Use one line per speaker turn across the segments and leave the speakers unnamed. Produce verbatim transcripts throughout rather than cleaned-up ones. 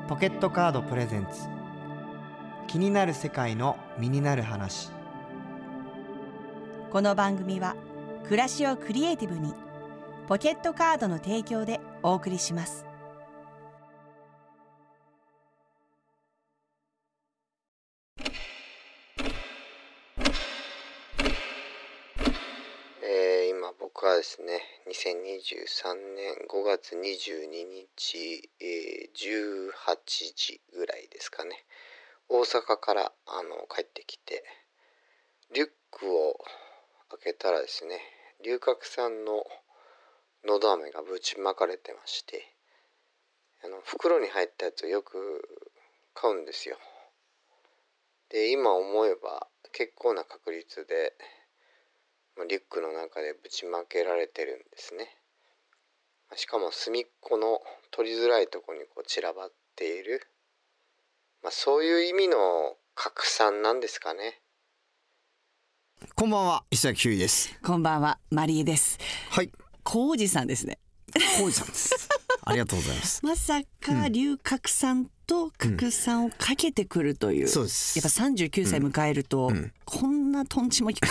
ポケットカードプレゼンツ、気になる世界の身になる話。
この番組は暮らしをクリエイティブにポケットカードの提供でお送りします。
えー、今僕はですね、にせんにじゅうさんねんごがつにじゅうににち、えー、じゅうはちじぐらいですかね、大阪からあの帰ってきて、リュックを開けたらですね、龍角散ののど飴がぶちまかれてまして、あの袋に入ったやつをよく買うんですよ。で、今思えば結構な確率でリュックの中でぶちまけられてるんですね。しかも隅っこの取りづらいところにこう散らばっている、まあ、そういう意味の拡散なんですかね。
こんばんは、石崎ひゅういです。
こんばんは、マリエです。
はい、
浩二さんですね。
浩二さんですありがとうございます。
まさか龍角散と拡散をかけてくるという、うん、
そうです。
やっぱさんじゅうきゅうさい迎えると、うんうん、こんなトンチも効く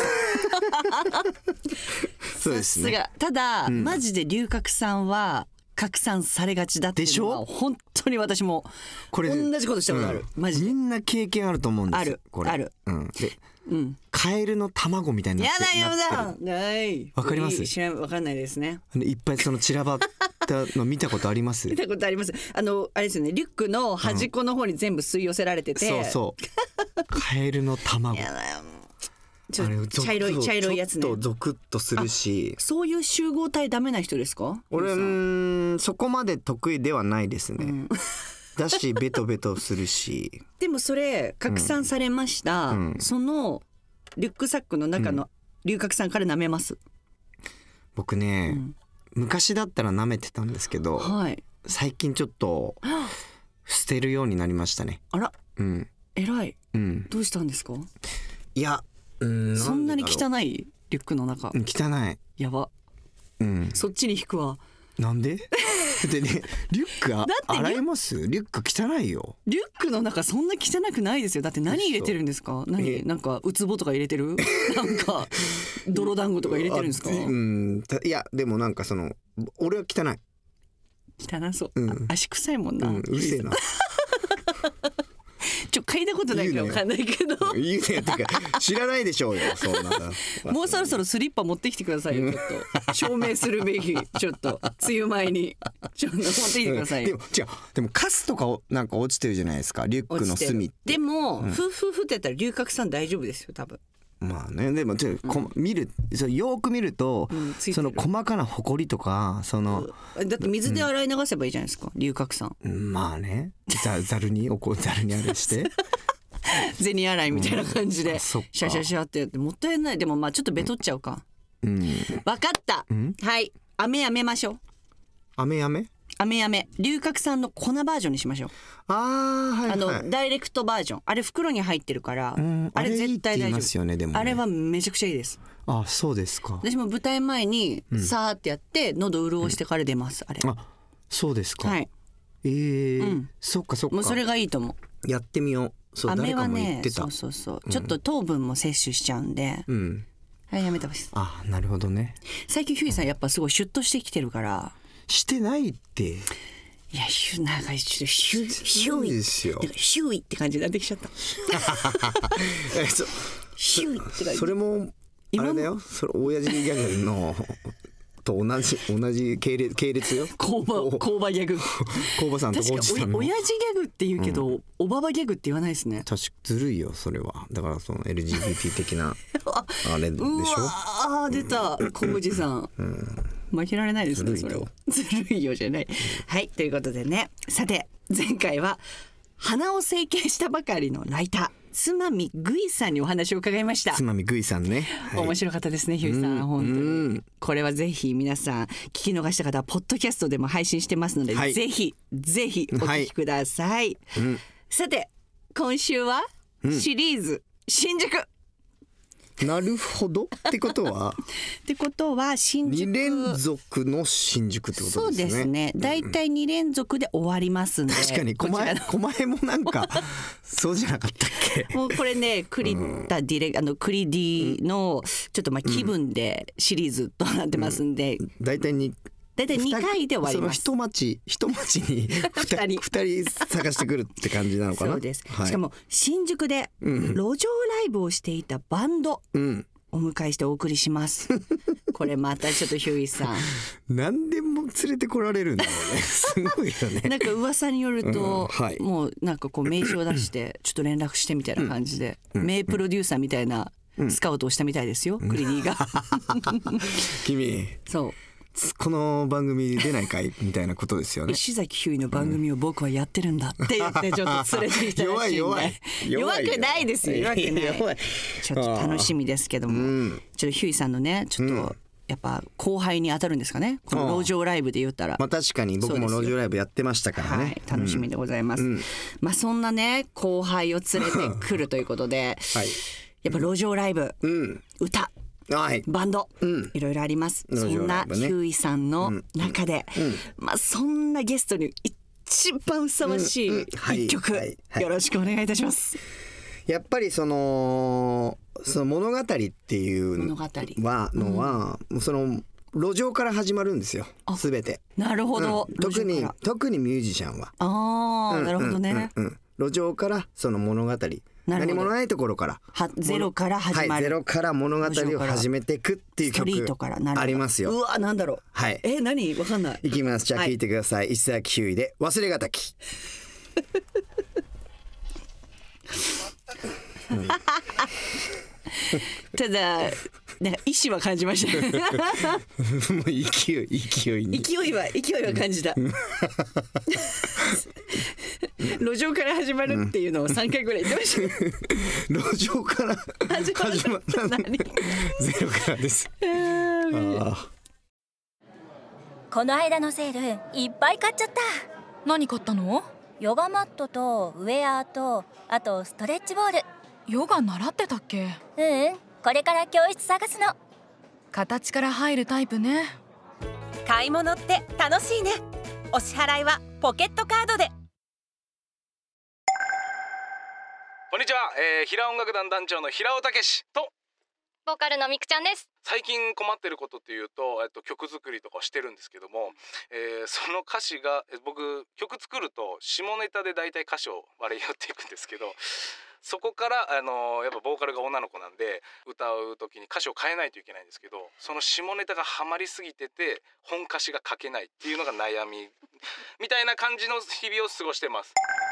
そうですね。
さすが。ただ、うん、マジで龍角散は拡散されがちだっていうのは本当に私もこれ同じことしたことある、うん、マジでみ
んな経験あると思うんですよ。
ある
これある、うん、で、うん、カエルの卵みたいになってる。
やだやだない
わかります？
知らん、わかんないですね。
いっぱいその散らばったの見たことあります？
見たことあります。あのあれですよね、リュックの端っこの方に全部吸い寄せられてて、
うん、そうそうカエルの卵
やだよ、ちょっと茶色い茶色いやつね。
ちょっとゾクッとするし。
そういう集合体ダメな人ですか？
俺うんそこまで得意ではないですね、うん、だしベトベトするし
でもそれ拡散されました、うん、そのリュックサックの中の龍角散から舐めます？
僕ね、うん、昔だったら舐めてたんですけど、はい、最近ちょっと捨てるようになりましたね。
あら、
うん、
偉い、うん、どうしたんですか？
いや、うん、
そんなに汚いリュックの中。
汚い。や
ば、うん、そっちに引くわ。
なんで？でね、リュックあ洗います？リュック汚いよ。
リュックの中そんな汚くないですよ。だって何入れてるんですか？何、なんかウツボとか入れてる？なんか泥団子とか入れてるんですか？
うん、いやでもなんかその俺は汚い。
汚そう、うん、足臭いもんな、
うん、うるせえな
ちょ嗅いだことないから分かんないけど
言うねってか知らないでしょうよ。そんな
もうそろそろスリッパ持ってきてくださいよ。ちょっと証明するべきちょっと梅雨前にちょっと持ってきてくださいよ、
うん、でも違う、でもカスとかなんか落ちてるじゃないですか、リュックの隅って。
でも、うん、ふふふってやったら龍角散大丈夫ですよ多分。
まあね、でもちょっと、うん、見るそよく見ると、うん、その細かなホコリとかその、
うん、だって水で洗い流せばいいじゃないですか、うん、龍角散。
まあね、ざざるにおこざるにあれして
銭洗いみたいな感じで、うん、シャシャシャってやってもったいない。でもまあちょっとベトっちゃうか。うん、分かった、うん、はい、飴やめましょう。
飴やめ
飴やめ龍角散の粉バージョンにしましょう。
あー、はいはい、
あのダイレクトバージョン、あれ袋に入ってるから、うん、あれ絶対大丈夫。あれいいって言いますよね、でもね。あれはめちゃくちゃいいです。
あ、そうですか。
私も舞台前にさーってやって、うん、喉潤してから出ます、あれ。
あ、そうですか。
はい。
えー、うん、そっかそっか。
もうそれがいいと思う。
やってみよう。そう、
飴はね、
誰かも言ってた。
そうそうそう、うん、ちょっと糖分も摂取しちゃうんで、うん、はい、やめてほしい。
あ、なるほどね。
最近ヒューイさんやっぱすごいシュッとしてきてるから。
してないって。
いや、ヒューなんかちょっとヒュヒューイですよ。ヒューイって感じになってきちゃった。ヒューイって感じ。
それもあれだよ。それ親父ギャグのと同じ同じ系列系列よ。
工場工場ギャグ。
工場さんとコーチさんの。
親父ギャグって言うけど、うん、おばばギャグって言わないですね。
確かずるいよそれは。だからその エルジービーティー 的なあれでしょ。
ああ出たコーチさん。うん、負けられないですねそれは。ずるいよじゃない。はい、ということでね、さて前回は鼻を整形したばかりのライターつまみぐいさんにお話を伺いました。
つまみぐいさんね、
はい、面白かったですねひゅういさん、うん、本当に、うん、これはぜひ皆さん聞き逃した方はポッドキャストでも配信してますので、はい、ぜひぜひお聞きください、はい、うん、さて今週はシリーズ、うん、新宿
なるほど。ってことは
ってことは新宿
に連続の新宿ってことですね。
そうですね。だいたいに連続で終わりますんで。
確かに狛江狛江もなんかそうじゃなかったっけ。
もうこれね栗田ディレ、うん、あの栗 D のちょっとまあ気分でシリーズとなってますんで。
だいたいに
だいたいにかいで終わります。
その一町一町にふたりふたり探してくるって感じなのかな。
そうです、はい、しかも新宿で路上ライブをしていたバンド、うん、お迎えしてお送りしますこれまたちょっとヒューイさん
何でも連れてこられるんだろうねすごいよね。
なんか噂によると、
うんはい、
もうなんかこう名刺を出してちょっと連絡してみたいな感じで、うん、名プロデューサーみたいなスカウトをしたみたいですよ、うん、クリニーが
君
そう
この番組出ないかいみたいなことですよね。
石崎ひゅーいの番組を僕はやってるんだって言ってちょっと連れてきたらしいんで
弱い
弱い弱くないですよ弱くない
弱い
ちょっと楽しみですけども、うん、ちょっとひゅーいさんのねちょっと、うん、やっぱ後輩に当たるんですかねこの路上ライブで言ったら。
まあ確かに僕も路上ライブやってましたからね、
はい、楽しみでございます、うん、まあそんなね後輩を連れてくるということで、はい、やっぱ路上ライブ、うん、歌はい、バンド、うん、いろいろあります、ね、そんなヒューイさんの中で、うんうん、まあそんなゲストに一番ふさわしい一曲、うんうんはいはい、よろしくお願いいたします。
やっぱりそのその物語っていうのは、のは、うん、その路上から始まるんですよすべて。
なるほど、
うん、特に特にミュージシャンは
ああ、うん、なるほどね、
うんうん、路上からその物語何もないところから
はゼロから始まる、
はい、ゼロから物語を始めていくっていう曲ありますよ。
うわなんだろう、
はい、
え何わかんない。
いきます。じゃあ聞いてください、はい、石崎ひゅーいで忘れがたき
ただなんか意志は感じました
もう勢い勢いに
勢いは勢いは感じた路上から始まるっていうのをさんかいぐらい言ってました
路上から始まった何ゼロからですあ
この間のセールいっぱい買っちゃった。
何買ったの？
ヨガマットとウェアとあとストレッチボール。
ヨガ習ってたっけ？
ううんこれから教室探すの。
形から入るタイプね。
買い物って楽しいね。お支払いはポケットカードで。
こんにちは、えー、平音楽団団長の平尾武史と
ボーカルのみくちゃんです。
最近困ってることっていうと、えっと、曲作りとかしてるんですけども、えー、その歌詞が僕曲作ると下ネタで大体歌詞を割り振っていくんですけど、そこからあのやっぱボーカルが女の子なんで歌う時に歌詞を変えないといけないんですけど、その下ネタがハマりすぎてて本歌詞が書けないっていうのが悩みみたいな感じの日々を過ごしてます。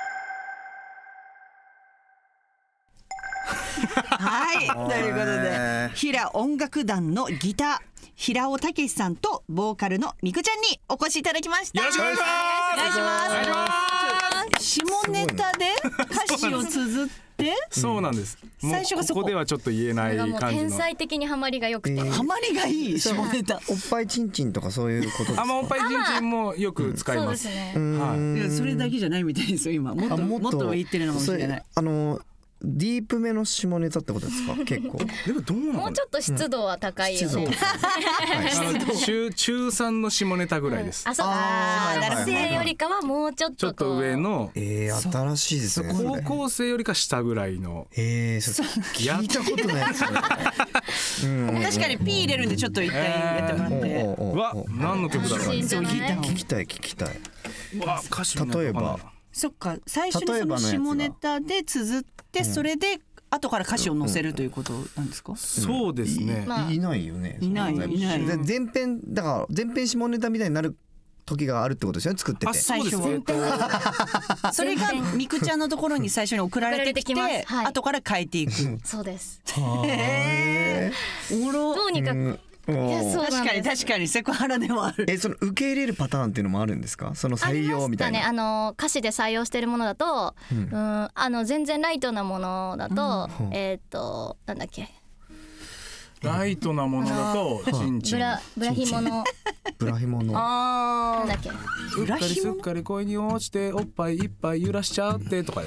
はいということで平音楽団のギター平尾武史さんとボーカルのみくちゃんにお越しいただきました。
よろしくお願いします。
お願いします。下ネタで歌詞を綴って
そうなんです。
最初がそこ。
ここではちょっと言えない感じの。
天才的にハマりが良くて、えー、
ハマりがいい下ネタ。
おっぱいちんちんとかそういうことですか？
あ、まあ、おっぱいちんちんもよく使います。
そうですね。
はい。いやそれだけじゃないみたいですよ今。もっともっと言ってるのかもしれない。
あのディープめの下ネタってことですか？結構
でもどうなのかな。
もうちょっと湿度は高いよね、うん、
中中さんの下ネタぐらいです、
うん、あ、そうあ学生よりかはもうちょっと
ちょっと上の、
えー、新しいですね。
高校生よりか下ぐらいの、
えー、そ聞いたことないですね
うん、確かに P 入れるんでちょっと一回やってもらって、えー、
うわ何の曲だろう。
聞きたい聞きたい。
わ歌詞
例えば
そっか最初にその下ネタで綴ってそれで後から歌詞を載せるということなんですか？
そうですね、
まあ、いないよね。
いないいない。
前編だから前編下ネタみたいになる時があるってことですよね作ってて。
あ、そうですね。
それがみくちゃんのところに最初に送られてきて、はい、後から変えていく。
そうです。
へー、おもろ。
どうにか、うんいやそう
確かに確かにセクハラでもある。
えその受け入れるパターンっていうのもあるんですか？その採用みたいな。
ありましたね。あの歌詞で採用してるものだと、うん、うんあの全然ライトなものだと、うん、えっ、ー、となんだっけ。
ライトなものだとチンチン。
ブラブラヒモの。
ブラヒモの。
ああ。なんだっけ。
ブラヒモ。すっかり恋に落ちておっぱいいっぱい揺らしちゃってとか。
それが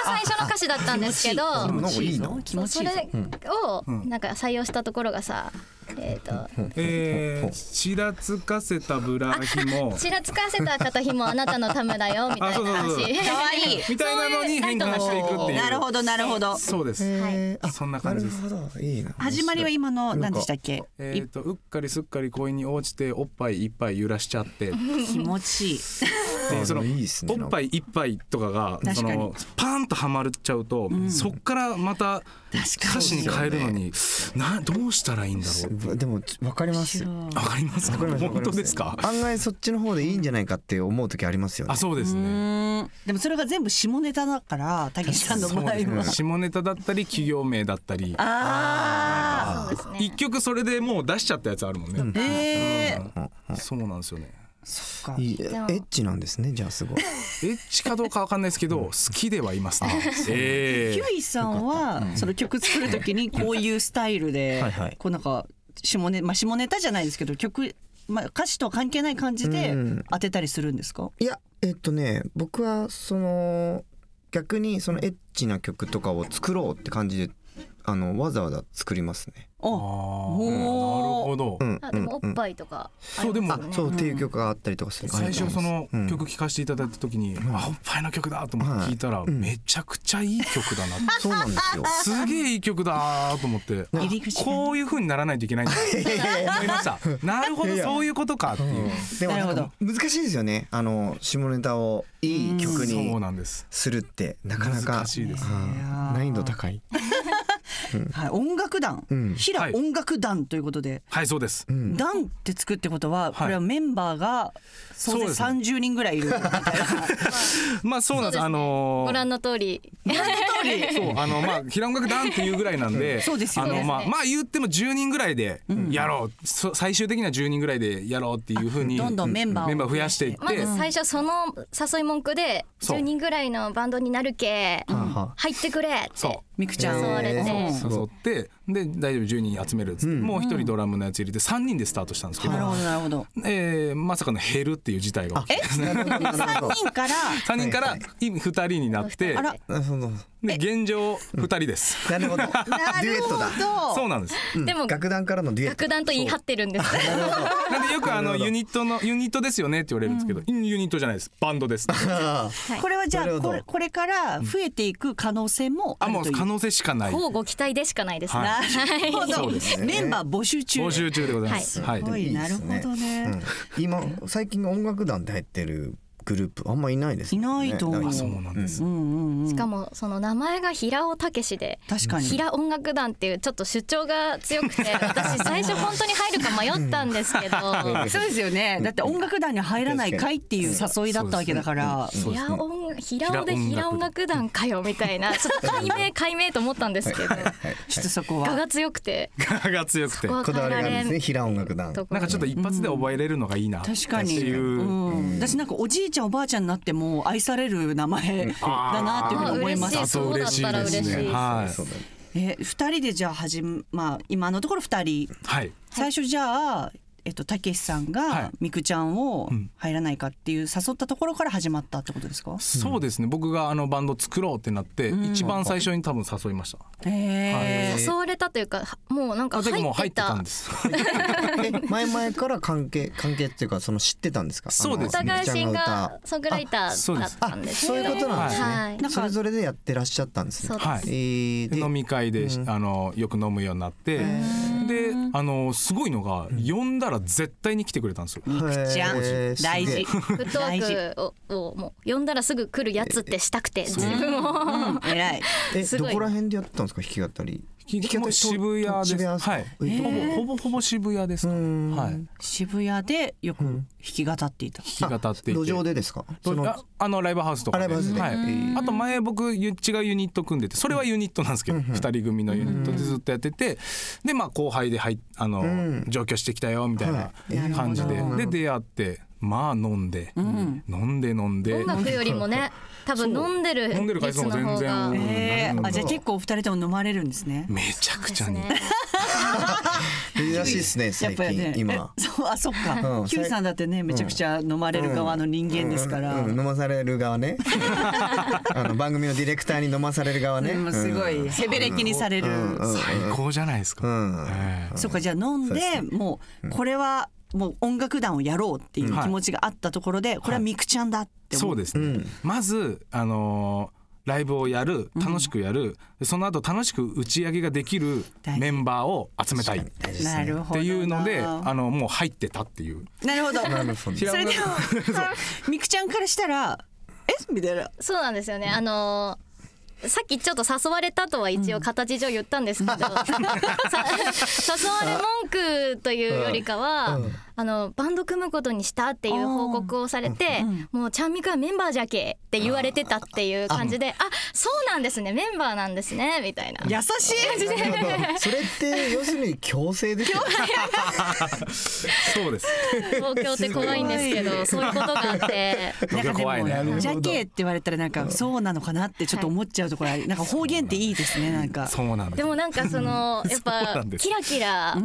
最初の歌詞だったんですけど、
でもなんかいいな。
そうそれをなんか採用したところがさ、えっと
えー、ちらつかせたブラヒも
ちらつかせた肩ひもあなたのためだよみたいな歌詞。
かわいい
みたいなのに変換していくっていう。
なるほどなるほど。
そうです。
はい。
そんな感じです。
なるほど。いいな。
始まりは今の何でしたっけ？
えっとうっかりすっかり恋に落ちておっぱいいっぱい揺らしちゃって。
気持ちいい。
でその
いいですね。
おっぱいいっぱいとかがそのパーンとはまっちゃうと、そっからまた歌詞に変えるのになどうしたらいいんだろう。
でもわかります。
わかりますか。本当ですか。
案外そっちの方でいいんじゃないかって思う時ありますよね。
あ、そうですね。
でもそれが全部下ネタだからたけしさんの場合は
下ネタだったり企業名だったり。
あ
あ、そうですね。
一曲それでもう出しちゃったやつあるもんね。
え
え。そうなんですよね。
そっか。
エッチなんですね。じゃあすごい。
エッチかどうかわかんないですけど、好きではいますね。
ええ。ヒュイさんはその曲作るときにこういうスタイルで、こうなんか下ネまあ下ネタじゃないですけど曲まあ歌詞とは関係ない感じで当てたりするんですか？
いやえっとね僕はその逆にそのエッチな曲とかを作ろうって感じであのわざわざ作りますね。
ああ、なるほど。
あでもおっぱいとか
そうでも
そうっていう曲があったりとかする。
最初その曲聴かせていただいた時にあおっぱいの曲だと思って聞いたらめちゃくちゃいい曲だな。
そうなんですよ。
すげえいい曲だと思ってこういう風にならないといけないんだと思いました。なるほどそういうことかっていう。
でも難しいですよね。あの下ネタをいい曲にするってなかなか
難しいです。
難易度高い。
はい、音楽団、うん、平音楽団ということで、
はい、そうです。
団ってつくってことは、これはメンバーが総勢さんじゅうにんぐらいいるみたいな。
まあそうなんです。あの
ご覧の通り。
ご覧の通り。
そうあのまあ平音楽団っていうぐらいなんで、
そうですよね。
あのまあまあ言ってもじゅうにんぐらいでやろう。最終的にはじゅうにんぐらいでやろうっていう風に
どんどんメンバーを
メンバー増やしていって、
まず最初その誘い文句でじゅうにんぐらいのバンドになるけ入ってくれって。
みくちゃん
誘われて
誘ってで大丈夫じゅうにん集めるっつって、うん、もう一人ドラムのやつ入れてさんにんでスタートしたんですけど、
なるほどなるほど、
えー、まさかの減るっていう事態が起きて
さんにんから
さんにんからふたりになって
あら
で現状ふたりです。
なるほどデュエットだ。
そうなんです。
でも
楽団からのデュエット
楽団と言い張ってるんです。
なんでよくあのユニットのユニットですよねって言われるんですけど、ユニットじゃないですバンドです。
これはじゃあこれこれから増えていく可能性もあるという。
あもう可能性しかない。
こうご期待でしかないですね。
そうですね。
メンバー募集中。
募集中でございます。
はい。なるほどね。
今最近音楽団で入ってるグループあんまいないですね。
いないと思う。
そうなんです。
しかもその名前が平尾武で、
確かに
平音楽団っていうちょっと主張が強くて、私最初本当に入るか迷ったんですけど、
そうですよね。だって音楽団に入らないかいっていう誘いだったわけだから、
平音平尾で平音楽団かよみたいなちょっと解明解明と思ったんですけど、ちょ
っとそこは
我が強くて、
我が強くて
こだわりがあるんですね。平音楽団。
なんかちょっと一発で覚えれるのがいいな。
確かに。私なんかおじいちゃんおばあちゃんになっても愛される名前だなっていうふうに思います。
そうだったら嬉しい。
はい。
え二人でじゃあ始めまあ今のところ二人。
はい。
最初じゃあえっとたけしさんがみくちゃんを入らないかっていう誘ったところから始まったってことですか？
そうですね。僕があのバンド作ろうってなって一番最初に多分誘いました。
へ
え。誘われたというかもうなんか入ってたんです。
前々から関係関係っていうかその知ってたんですか？
そうです。
お互いシンガーソングライターだったんです。
そういうことなんですね。それぞれでやってらっしゃったんですね。
はい。飲み会であのよく飲むようになってであのすごいのが呼んだら絶対に来てくれたんですよ。
みくちゃん大事。
フットワークををもう呼んだらすぐ来るやつってしたくて自分を
偉い。
えどこら辺でやってたんですか？弾き語り。
弾き語り渋谷です。はい。ほぼほぼ渋谷ですか。はい。
渋谷でよく弾き語っていた。
弾き語っていて。
路上でですか？
あのライブハウスとか。はい。あと前僕違うユニット組んでて、それはユニットなんですけど、二人組のユニットでずっとやってて、でまあ後輩で入あの上京してきたよみたいな感じでで出会って。まあ飲んで、うん、飲んで飲んで
音楽よりもね多分飲んでる
飲んでる回数も全然、
えー、あじゃあ結構お二人とも飲まれるんですね。
めちゃくちゃに、ね、
え冬らしいですね最近、ね、今
そうあそっか、うん、Q さんだってねめちゃくちゃ飲まれる側の人間ですから、
うんうんうん、飲まされる側ねあの番組のディレクターに飲まされる側ね、
うん、すごいヘベレキにされる、うん
うん、最高じゃないですか、うん
えー、そっかじゃあ飲んでもうこれはもう音楽団をやろうっていう気持ちがあったところで、これはミクちゃんだって思う、
そうですね、うん、まずあのーライブをやる楽しくやる、うん、その後楽しく打ち上げができるメンバーを集めたいっていうのであのもう入ってたっていう。
なるほどそれでもみくちゃんからしたらえみたいな。
そうなんですよね。あのーさっきちょっと誘われたとは一応形上言ったんですけど、うん、誘われ文句というよりかは、うん、あのバンド組むことにしたっていう報告をされて、うん、もうちゃんみくはメンバーじゃけって言われてたっていう感じで、あ、そうなんですねメンバーなんですねみたいな
優しい感じで
それって要するに強制ですよ
そうです。
東京って怖いんですけどそういうことがあって
東京怖いね。
ジャケって言われたらなんかそうなのかなってちょっと思っちゃうところある。なんか方言っていいですね。なんか
そうなんです。
でもなんかそのやっぱキラキラ、うん、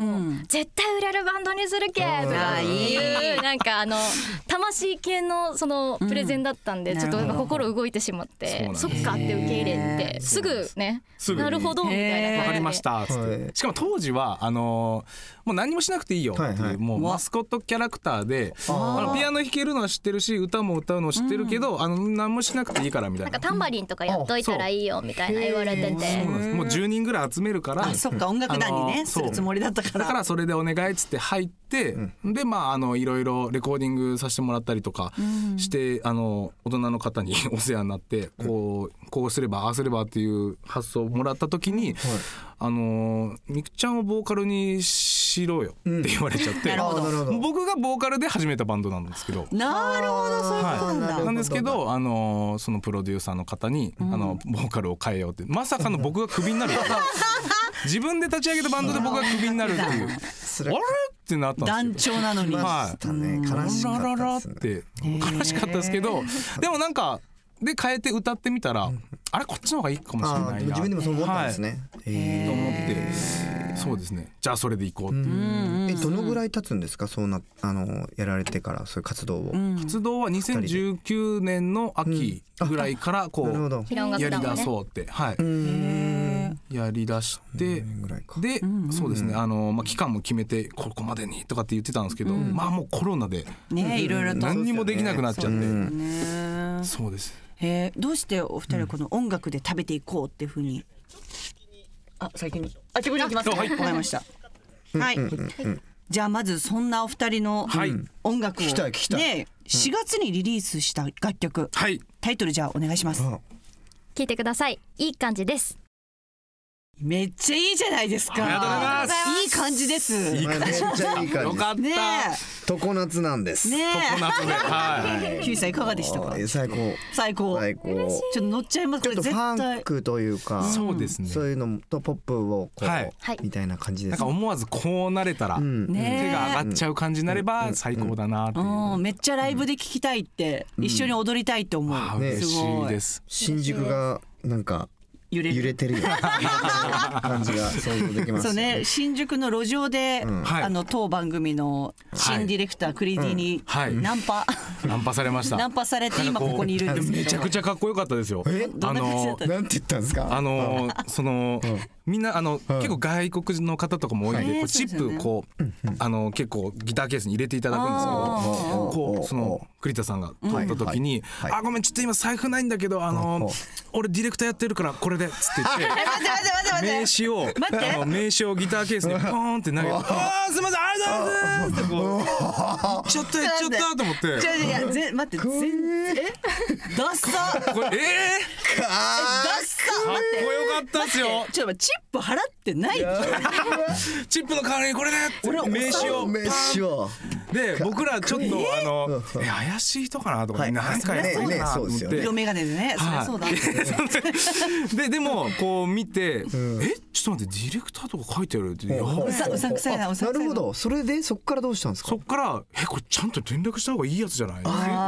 絶対売れるバンドにするけとかいうなんかあの魂系のそのプレゼンだったんで、うん、ちょっと心動いてしまって、そっかって受け入れてすぐねなるほどみたいな。
わかりましたつって。しかも当時はあのもう何もしなくていいよっていう、はいはい、もうマスコットキャラクターであのピアノ弾けるのは知ってるし歌も歌うの知ってるけど、うん、あの何もしなくていいからみたいな。
なんかタンバリンとかやっといたらいいよみたいな言われてて、
もうじゅうにんぐらい集めるから、
あ、そっか音楽団にねするつもりだったから、
だからそれでお願いっつって入って、うん、でまああのいろいろレコーディングさせてもらったりとかして、うん、あの大人の方にお世話になってこうこうすればああすればっていう発想をもらった時に、はい、あのみくちゃんをボーカルにしろよって言われちゃって、うん、僕がボーカルで始めたバンドなんですけど、
なるほどそういうことなんだ、
はい、なんですけどあのそのプロデューサーの方に、うん、あのボーカルを変えようってまさかの僕がクビになる自分で立ち上げたバンドで僕がクビになるっていうあれってなったんですよ。
団長なのに、
はい、ね、悲しかった
ラララって悲しかったですけど、でもなんかで変えて歌ってみたら、うん、あれこっちの方がいいかもしれないな、
自分でもそう思ったんですね、
はい、と思ってそうですね、じゃあそれでいこうっていう、
うん、えどのぐらい経つんですか、そうなあのやられてからそういう活動を、うん、
活動はにせんじゅうきゅうねんの秋ぐらいからこう、うん、やりだそうって、はい、やりだしてで、そうですね、あの、まあ、期間も決めてここまでにとかって言ってたんですけど、うん、まあもうコロナで、
ね、いろいろと
何にもできなくなっちゃって、ね、そうです。
えー、どうしてお二人はこの音楽で食べていこうっていうふうに、あ、最近あちこち行きますね。はい、わかりました。はい、じゃあまずそんなお二人の音楽を、
はい、
ね、しがつにリリースした楽曲、
はい、
タイトルじゃあお願いします。
聞いてください。いい感じです。
めっちゃいいじゃないですか。
ありがとうございます。
いい感じです。
いい感じ。
めっちゃいい感じ。
よかった。
ね、
常夏なんです。
ね、
常夏で。はい。
キュウさんいかがでしたか。
最高。
最高。
最高。
ちょっと乗っちゃいます。
ちょっとファンクというか、
そうですね。
そういうのとポップをこう、はい、みたいな感じです。
なんか思わずこうなれたら、うん、手が上がっちゃう感じになれば最高だなっていう。
うんうん、めっちゃライブで聴きたいって、うん、一緒に踊りたいと思う。
ね、嬉しいです。
新宿がなんか。揺れ, 揺れてるよ感じが想像できます、
そうね、新宿の路上で、うん、あの当番組の新ディレクター、はい、クリディにナンパ、
うん、ナンパされました。
ナンパされて今ここにいるんですけど、
めちゃくちゃかっこよかったですよ。
えあのなんて言ったんですか。
あのその、うん、みんなあの、うん、結構外国の方とかも多いんで、はい、こうチップこう、ね、あの結構ギターケースに入れていただくんですけど、こうその栗田さんが撮った時に、はいはい、あごめんちょっと今財布ないんだけど、あの俺ディレクターやってるからこれでっつって言って名刺をあの名刺をギターケースにポーンって投げて、あーすみませんありがとうございますってこう言っちゃった言っちゃったと思って、
いやぜ待って全えダッサ
これえー、
ダッサ
かっこよかったっすよ。
ちょっとチップ払ってない
チップの代わりにこれでって名刺を
名刺を
で僕らちょっとあのえ怪しい人かなとかなんかやってるなと思って
色眼鏡でね、そりゃそうだ
ででもこう見て、えちょっと待ってディレクターとか書いてあるってやばい、
うさんくさいな。
なるほど。それでそっからどうしたんですか。
そっからえこれちゃんと連絡した方がいいやつじゃないって言って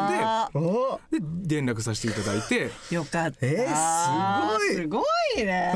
で連絡させていただいて、
よかった。
えー、すごい
すごいね。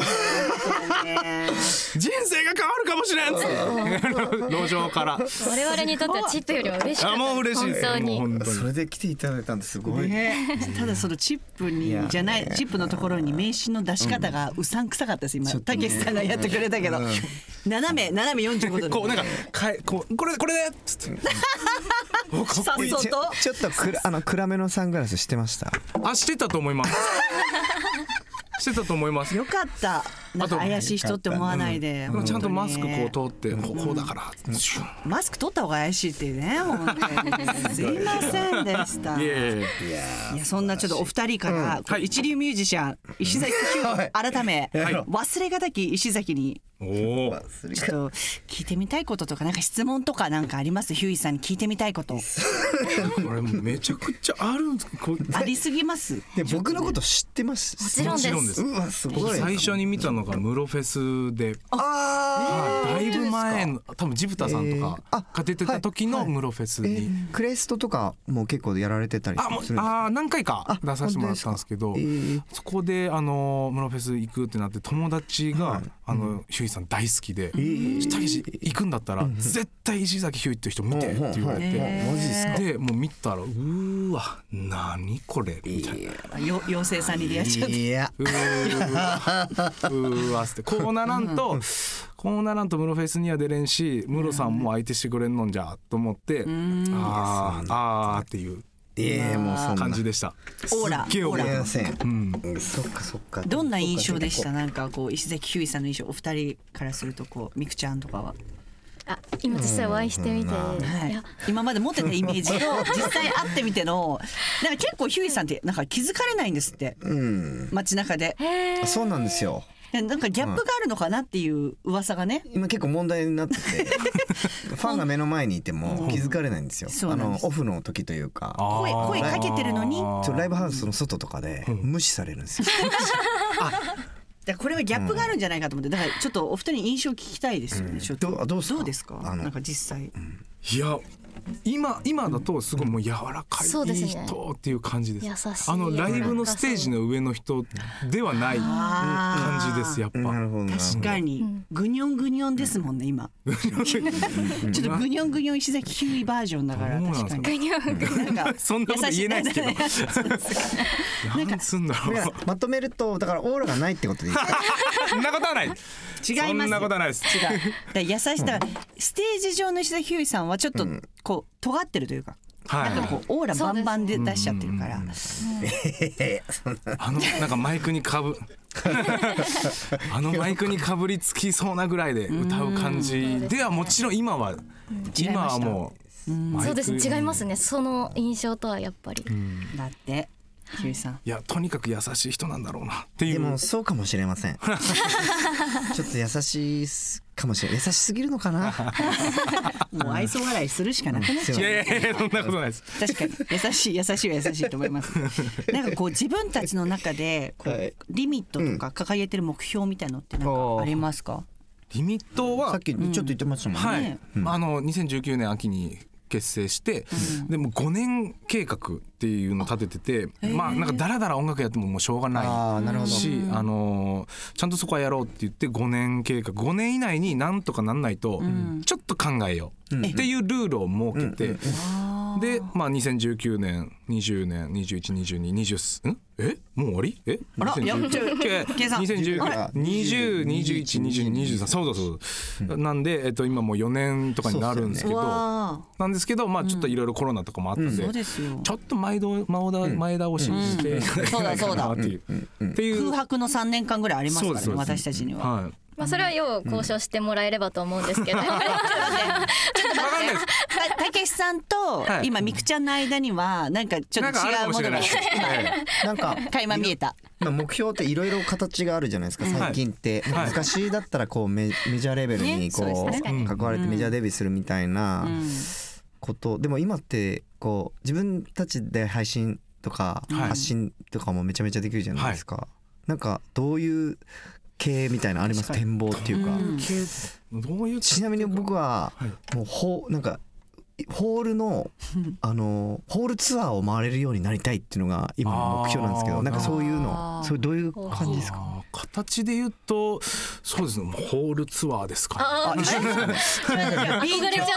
人生が変わるかもしれんって路上から
我々にとってはチップよりも嬉しかった。
あもう嬉しいです。
本当に
本当に
それで来ていただいたんですごい、
ね、ただそのチップにじゃないチップのところに名刺の出し方がうさんくさかったです今たけしさんがやってくれたけど、うん、斜め斜めよんじゅうごどで
こうなんかかえこうこれこれでっつって
さっそと
ちょっとくらあの暗めのサングラスしてました？
あしてたと思いますしてたと思います。
よかったなんか怪しい人って思わないで、
うん、ちゃんとマスクこう通ってここうだから、うん、
マスク取った方が怪しいっていうね本当にすいませんでしたいやいやそんなちょっとお二人から、うん、一流ミュージシャン石崎ひゅう改め、はい、忘れがたき石崎におちょっと聞いてみたいこととかなんか質問とかなんかあります？ヒューイさんに聞いてみたいこと
これめちゃくちゃあるんです
ありすぎます。
で僕のこと知ってます？
もちろんです。
うわすごい。
最初に見たのがムロフェスで、ああだいぶ前の多分ジブタさんとかが出てた時のムロフェスに、
えーはいえー、クレストとかも結構やられてたりするんですか？
ああ何回か出させてもらったんですけど、えー、そこであのムロフェス行くってなって友達が、はい、あの、うん、ヒューイさん大好きで、えー、たけし行くんだったら、うん、絶対石崎ひゅーいって人見てって言われて、えー、マジですか？でもう見たらうーわ何これみたいな、
よ妖精さんに出会っちゃっていや
うーわってこうならんとこうならんとムロフェスには出れんしムロさんも相手してくれんのんじゃと思って、うん、あーあーっていう
ええもうそんな
感じでした。
オーラオーラ、
うん、そっかそっか。
どんな印象でした？なんかこう石崎ひゅーいさんの印象お二人からするとこうミクちゃんとかは。
あ今実際お会いしてみて、うんうん
はい、今まで持ってたイメージと実際会ってみてのなんか結構ヒューイさんってなんか気づかれないんですって、うん、街中で。
そうなんですよ。
なんかギャップがあるのかなっていう噂がね、
うん、今結構問題になっててファンが目の前にいても気づかれないんですよ、うん、あのオフの時というか
声, 声かけてるのに
ライブハウスの外とかで無視されるんですよ、
うん、あだこれはギャップがあるんじゃないかと思ってだからちょっとお二人に印象聞きたいですよね、うん、ちょっと ど, ど, うどうですかなんか実際、うん、
いや今今だとすごいもう柔らかい、うん、いい人っていう感じです。優しいあのライブのステージの上の人ではない感じですやっぱ。
確かにグニョングニョンですもんね今ちょっとグニョングニョン石崎ひゅーいバージョンだから確かにグニョングニョンなんか
そんなこと言えないですけどなん
つんだろうまとめるとだからオーラがないってことでいいですか？
そんなことはない違い
ます。
そんなことはないです
違うだ優しさ、うん、ステージ上の石崎ひゅーいさんはちょっとこう尖ってるというか、はい、なんかこうオーラバンバンで出しちゃってるから、うんうんうん、
あのなんかマイクにかぶあのマイクにかぶりつきそうなぐらいで歌う感じではもちろん今は今はもう、
うん、そうです違いますねその印象とはやっぱり、うん、
だってひゅーいさん
いやとにかく優しい人なんだろうなっていう。
でもそうかもしれませんちょっと優しいかもしれない優しすぎるのかな
もう愛想笑いするしかなくなっちゃう。
いやいやいやそんなことないです。
確かに優しい優しいは優しいと思いますなんかこう自分たちの中でこう、はい、リミットとか掲げてる目標みたいのってなんかありますか？
リミットは
さっきちょっと言ってましたもんね、うんはい
うん、あのにせんじゅうきゅうねん秋に結成して、うん、でもごねん計画っていうのを立てててまあなんかだらだら音楽やってももうしょうがないしあのちゃんとそこはやろうって言ってごねん計画ごねん以内になんとかなんないとちょっと考えようっていうルールを設けて、うんうん、でまあにせんじゅうきゅうねんにじゅうねんにじゅういち、にじゅうに、にじゅうんえもう終わりえ
あら
にせんじゅうきゅうにせんじゅうきゅうにじゅう、にじゅういち、にじゅうに、にじゅうさんそうだそうだ、うん、なんで、えっと、今もうよねんとかになるんですけど、ね、なんですけどまあちょっといろいろコロナとかもあったんで、うん、ちょっと毎度前倒しして、うん、
そうだそうだっていう空白のさんねんかんぐらいありますからね私たちには、はい
まあ、それは要交渉してもらえればと思うんですけど、うん、ちょっと待って
たけしさんと今みくちゃんの間にはなんかちょっと違うものがなんか垣間見えた
目標っていろいろ形があるじゃないですか最近って、はい、昔だったらこう メ, メジャーレベルにこう、ね、関われてメジャーデビューするみたいなこと、うん、でも今ってこう自分たちで配信とか発信とかもめちゃめちゃできるじゃないですか、はい、なんかどういう経営みたいなあります展望っていうか、うん、どういうちなみに僕はもうほなんかホールのあのホールツアーを回れるようになりたいっていうのが今の目標なんですけど、なんかそういうの、それどういう感じですか？
形で言うとそうですね、ホールツアーですかね。
ああ、一緒ですね。憧れちゃった。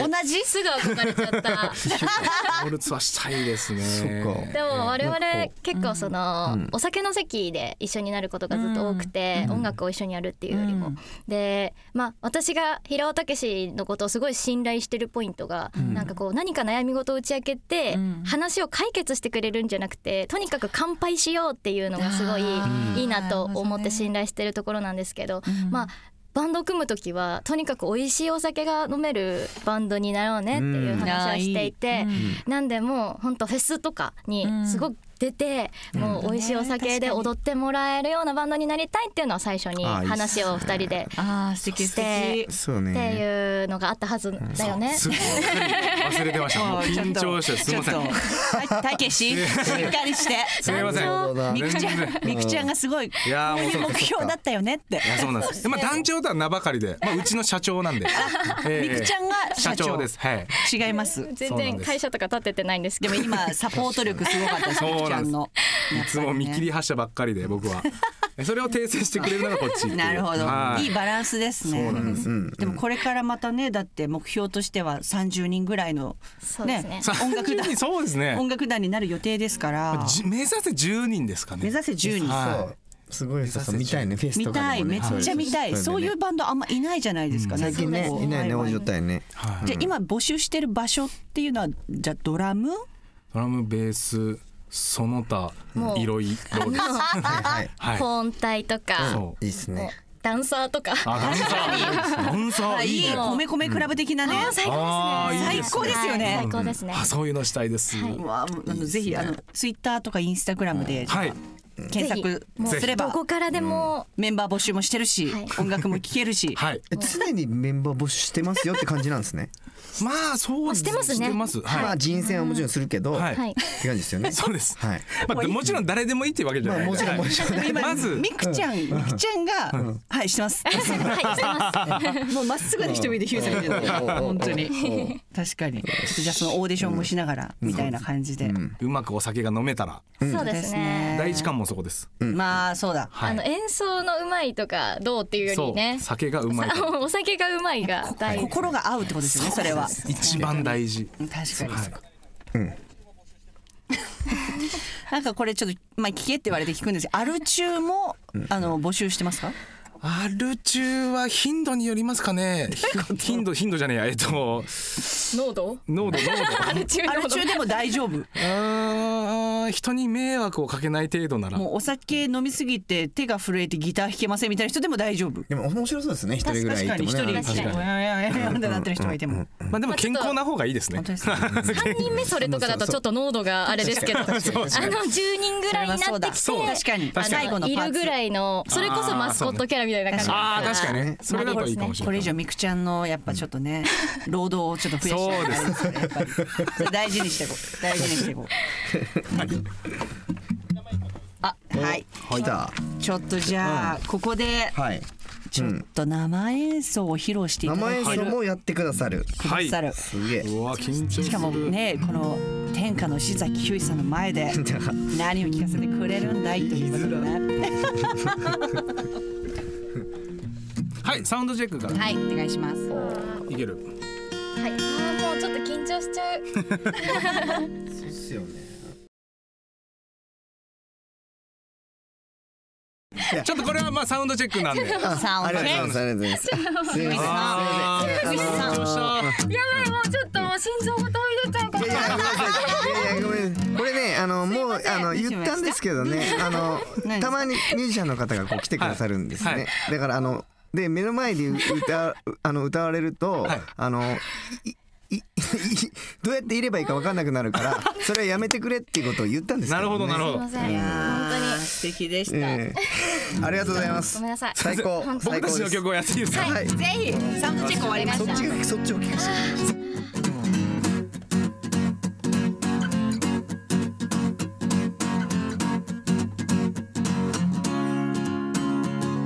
同じすぐ憧れちゃった。
ホールツアーしたいですね。
でも我々結構その、うん、お酒の席で一緒になることがずっと多くて、うん、音楽を一緒にやるっていうよりも、うん、でまあ私が平尾武のことをすごい信頼してるポイントが、うん、なんかこう何か悩み事を打ち明けて、うん、話を解決してくれるんじゃなくて、とにかく乾杯しようっていうのがすごいいいなと思って信頼してるところなんですけど、うん、まあバンドを組むときはとにかく美味しいお酒が飲めるバンドになろうねっていう話をしていて、うん、なんでもう本当フェスとかにすごく出て、うん、もう美味しいお酒で踊ってもらえるようなバンドになりたいっていうのは最初に話をふたりでしてっていうのがあったはずだよね。
忘れてました。もう緊張してすみません。
たけししっかりして
すみません。
みくちゃんみくちゃんがすごい目標だったよねって。
そうなんです。まあ団長とは名ばかりで、まあうちの社長なんで。
みくちゃんが社長
です。はい。
違います。
全然会社とか立ててないんですけど。
でも今サポート力すごかったです。
いつも見切り発車ばっかりで僕はそれを訂正してくれるのがこっち。
なるほど、いいバランスですね。そうなんです、うん、でもこれからまたね、だって目標としてはさんじゅうにんぐらいの、ね、ね、音楽団、
そうですね、
音楽団になる予定ですから、
目指せじゅうにんですかね。
目指せじゅうにん、
はい、すごいです見たいね、フェスとかでもね。
見たい、めっちゃ見たい、はい、そういうバンドあんまいないじゃないですか、
うん、最近ねいないね、多い状態ね、
はい、じゃあ今募集してる場所っていうのは、じゃあドラム
ドラムベースその他いろいろです。
本体とか、
いいですね。
ダンサーとか。
あ、ダンサー。ダンサーいいね。
米米クラブ的なね。
最高ですね。
最高ですよね。
最高ですね。
あ、そういうのしたいです。
わあ、あのぜひあのツイッターとかインスタグラムで検索すれば、
どこからでも
メンバー募集もしてるし、音楽も聴けるし、
常にメンバー募集してますよって感じなんですね。
まあそう
してますね。
まあ人選はもちろんするけど、って感じですよね。
そうです。はい。まあもちろん誰でもいいっていうわけじゃない。
もちろんもちろん。
まずみくちゃん、みくちゃんがはいしてます。はいしてます。もうまっすぐな瞳でヒューさん言ってた。本当に。確かに。じゃあそのオーディションもしながらみたいな感じで、
うまくお酒が飲めたら。
そうですね。
第一関門そこです。
まあそうだ。
あの演奏のうまいとかどうっていうよりね。
酒がうまい。
お酒がうまいが大事。
心が合うってことですよね。それは。
一番大事。
確かに、はい、うん、なんかこれちょっと、まあ、聞けって言われて聞くんですけど、アル中も、うん、あの募集してますか？
アル中は頻度によりますかね。頻度頻度じゃねえや、えっと
濃度
濃度濃度
アル中でも大丈夫。
あ、人に迷惑をかけない程度なら。
もうお酒飲みすぎて手が震えてギター弾けませんみたいな人でも大丈夫。
でも面白そうですね、一人ぐらいいてもね。
確かに一人確かにややややってなってる人がいても、
まあでも健康な方がいいですね。
さんにんめそれとかだとちょっと濃度があれですけど、あのじゅうにんぐらいになってきて、
確かに
最後のいるぐらいの、それこそマスコットキャラみたいな感じ。
ああ確かにね、それだといいかもしれない。
これ以上みくちゃんのやっぱちょっとね、労働をちょっと増やして、やっぱり大事にしていこう、大事にしていこう。あ、はい、ちょっとじゃあここでちょっと生演奏を披露していただける。
生演奏もやってくださる。
はい。
すげえ。
うわ緊張する。
しかもね、この天下の志崎ひゅういさんの前で何を聞かせてくれるんだいということでね。
はい、サウンドチェックから。
はい、お願いします。
いける。
はい。ああ、もうちょっと緊張しちゃう。
そうっすよね。
ちょっとこれはまあサウンドチェックなんで。
サウンドチェック。
ありがとうございます。すみません。すみません。やばい、
もうちょっと心臓が飛び出ちゃうかも。いやいや
ごめん。これね、あのもうあの言ったんですけどね、あのたまにミュージシャンの方がこう来てくださるんですね。だからあので目の前で歌あの歌われるとあの。どうやっていればいいか分かんなくなるからそれはやめてくれっていうことを言ったんですけど、ね、
なるほどなるほど。
本当に
素敵でした、
えー、ありがとうございます。
ごめんなさい。
最高。
僕たちの曲をやっていいですか？
はい、ぜひサウンドチェック終わりました。
そっちがそっちを聞かせて。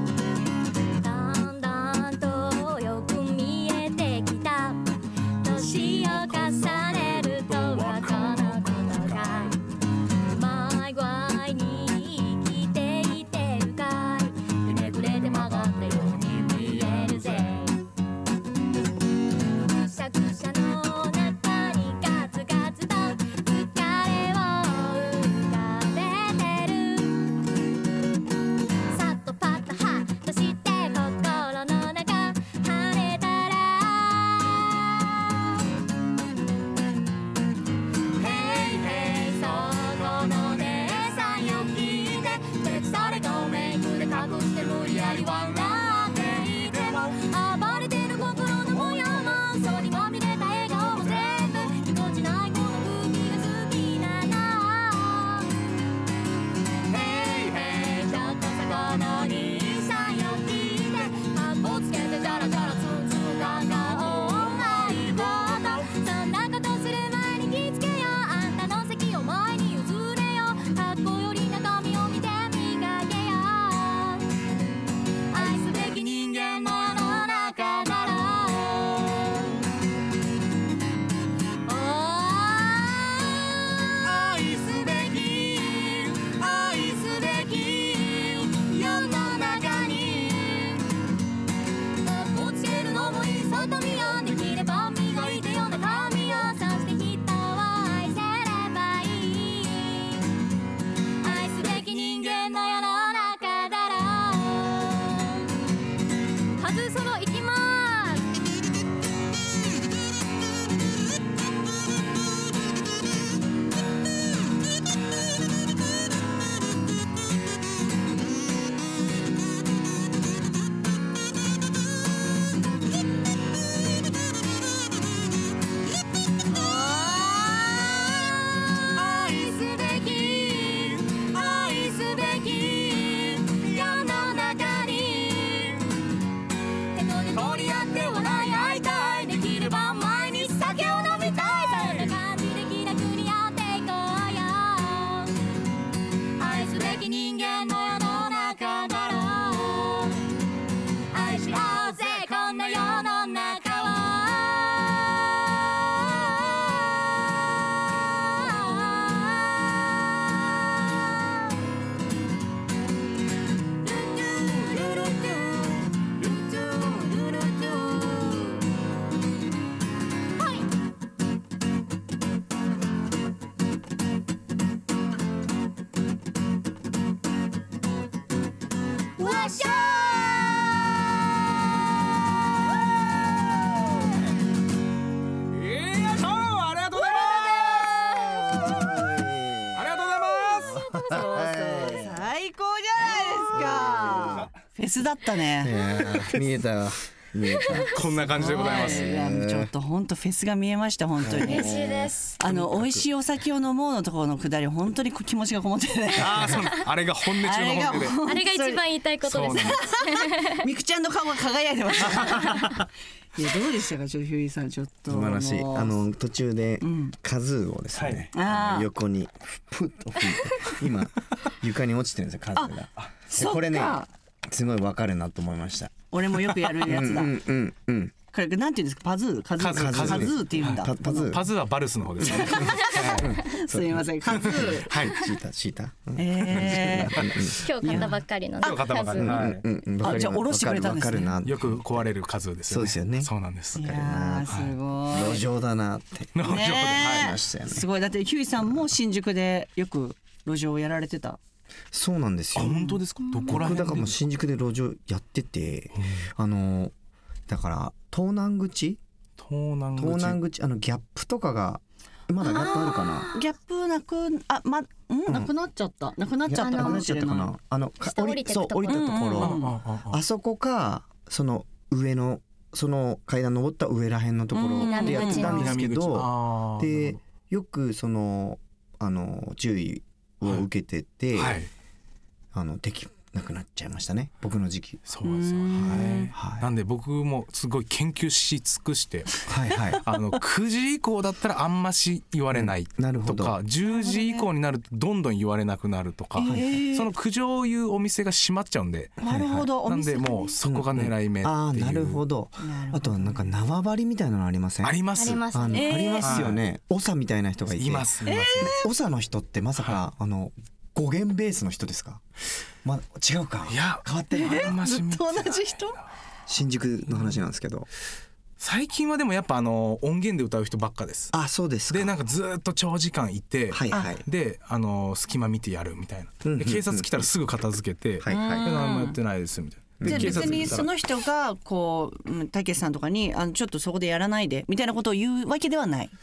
だんだんとよく見えてきた年
り笑っていても暴れてる心の模様もそうにまみれた笑顔も全部ぎこちないこの空気が好きなの Hey hey ちょっとさこの兄さんよ聞いてカッコつけてジャラジャラツンツン考えないことそんなことする前に気つけよあんたの席を前に譲れよかっこより中身を見てみかけよ愛すべき人間の世の中なら愛すべき愛すべき世の中にかっこつけるのもいい外見よできれば磨いてよ中身よそして人を愛せればいい愛すべき人間の世の中だろう数ソロいきます愛すべき愛すべき世の中に手と手取り合って笑い合いたいできれば毎日酒を飲みたいそんな感じで気楽にやっていこうよ愛すべき人間の世の中だろう愛し合おうぜこんな世の中をわっしゃ
よいしょありがとうございますありがとうございます
そうそう最高じゃないですかフェスだった
い
ね
やー見えたわ見えた。
こんな感じでございます。
いやちょっと本当フェスが見えました本当に
嬉しいです。
あの美味しいお酒を飲もうのところのくだり本当に気持ちがこもってね
ああそうあれが本音中の本音で
あれが一番言いたいことです。
みくちゃんの顔が輝いてましたいやどうでしたかちょっとひゅーいさんちょっと
素晴らしい。あの途中で
ん
カズーをですね、
あー
横にプッと吹いて今床に落ちてるんですよカズーが。
そっか
これねすごいわかるなと思いました。
俺もよくやるやつだ。
うんうんうん
これなんていうんですかパズーカズー
カズー
カズーって言うんだ。
パパズー
パズーはバルスの方ですね
すみませんカズー。
はい
シータシータ。
えー
今日買ったばっかりのね
今日買ったばっかり
数
はい
うんうん
あじゃあ下ろしてくれたんですね
わかるな。
よく壊れる数ですよね。
そうですよね
そうなんです。
いやーすごい。
路上だなって
農場で、
ね
思いましたよね。
すごいだってひゅーいさんも新宿でよく路上をやられてた。
そうなんです
あ
よ。
本当ですか。どこら
僕だからもう
辺で。
新宿で路上やってて、あのだから東南口
東南口。
東南口あのギャップとかがまだギャップあるかな。
ギャップなくあまんなくなっちゃったなくなっちゃったかも
なっ
しれない
ちゃったかな。あのか
下降りてく
そう
ところ
降りたところ、
うんうん
あああ
あそこかその上のその階段登った上らへんのところでやってたんですけ
南口
ど、
あー
でよくそのあの注意を受けてて、
はい。
あのできなくなっちゃいましたね僕の時期。
そうですよ。
うん
はい。
はい
なんで僕もすごい研究し尽くして。
はいはい
あのくじ以降だったらあんまし言われない
なるほど
とか、じゅうじ以降になるとどんどん言われなくなるとか、その苦情を言うお店が閉まっちゃうんで、
なるほどお
なん
店がね
でもうそこが狙い目っていう。
ああなるほど。
なるほど
あとはなんか縄張りみたいなのありません？
あります。
あります
あの
ね。
ありますよね。長みたいな人がいて。
いますいます。
長の人ってまさかあの語源ベースの人ですか？ま違うか。
いや
変わってる。
あんまし
ずっと同じ人。
新宿の話なんですけど。
最近はでもやっぱあの音源で歌う人ばっかです。
あそうですか。
でなんかずっと長時間いて、
はいはい
であの隙間見てやるみたいな、
うんうんうん
で警察来たらすぐ片付けて、
はいはい
で何もやってないですみたいな。
じゃあ
で警
別にそ
察来たら
の人がこううんたけしさんとかにあのちょっとそこでやらないでみたいなことを言うわけではない。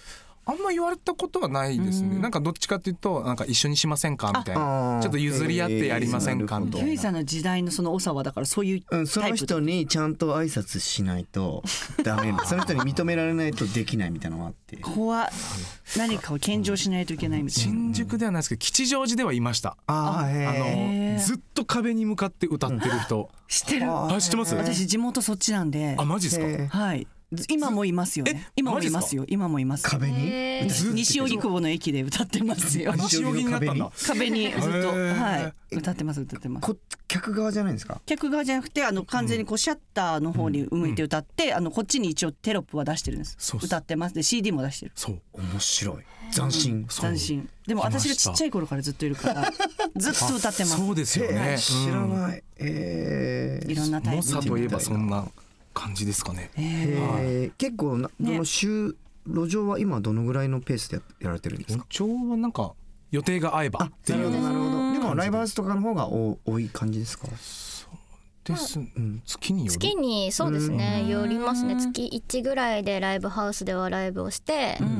あんま言われたことはないですね。なんかどっちかっていうとなんか一緒にしませんかみたいな、ちょっと譲り合ってやりませんかみたいな。
ヒューイさんの時代のその長はだからそういうタイプ、
うん、その人にちゃんと挨拶しないとダメその人に認められないとできないみたいなのがあって、
怖何かを献上しないといけないみたいな。
新宿ではないですけど吉祥寺ではいました。
ああ
のずっと壁に向かって歌ってる人
知ってる。
あ、知ってます？
私地元そっちなんで。
あ、マジですか？
はい。今もいますよね。今もいますよ。今もいます。
壁に
西荻窪の駅で歌ってますよ。
西荻になったんだ。
壁にずっとはい歌ってます歌ってます。
客側じゃないんですか？
客側じゃなくてあの完全にこうシャッターの方に向いて歌ってあのこっちに一応テロップは出してるんです。歌ってます。で シーディー も出してる。
そう。
面白い。斬新。
斬新。でも私がちっちゃい頃からずっといるからずっと歌ってます。
そうですよね。
知らない。ええ。
いろんなタイプ。
猛者といえばそんな感じですかね。
えー、結構な、ね、の週路上は今どのぐらいのペースで や, やられてるんですか？
路上はなんか予定が合えばっていう。
なるほどなるほど。でもライブハウスとかの方が多い感じですか？
そうです、うん、月による
月にそうですねよりますね。月いちぐらいでライブハウスではライブをして、うんうん、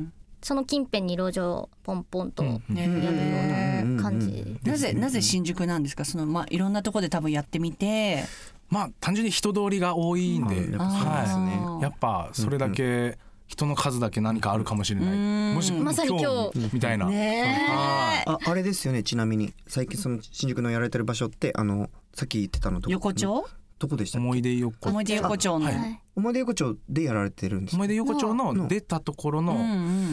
その近辺に路上ポンポンとやるような感じ。
なぜなぜ新宿なんですか？そのまあいろんなところで多分やってみて。
まあ単純に人通りが多いんで、
うん、やっぱそうですね、
はい、やっぱそれだけ人の数だけ何かあるかもしれない、うん、もし
まさに今日
みたいな、
ね、
あ, あれですよね。ちなみに最近その新宿のやられてる場所ってあのさっき言ってたのと
横丁
どこでしたっけ？
思い出横丁。
思い出横丁の、はい、
思い出横丁でやられてるんですか？
思い出横丁の出たところの、うんうん、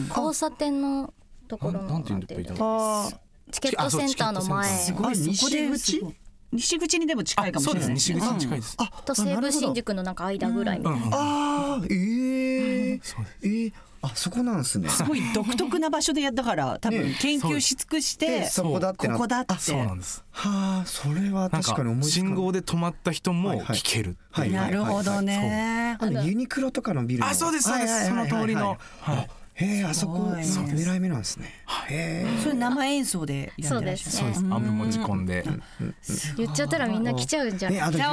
交差点のところの
なんていうんだった
チケットセンターの前。
すごい西口西口にでも近いかもしれない。
そうです。西口に近いです。
あと西武新宿のなんか間ぐらいみたいな。
ああ、ええ、ええ、あそこなんですね。
すごい独特な場所でやったから多分研究し尽くして
そこだって
ここだって。
そうなんです。
はあ、それは確かに思いつかない。
信号で止まった人も聞ける。
なるほどね。
あのユニクロとかのビル。
あ、そうですそうです。その通りの。
へえ、あそこ狙い目なんですね。へえ。
それ生演奏でやってらっしゃる。
そうです。アンプ持ち込んで。
言っちゃったらみんな来ちゃうんじゃない？
ね、あとピ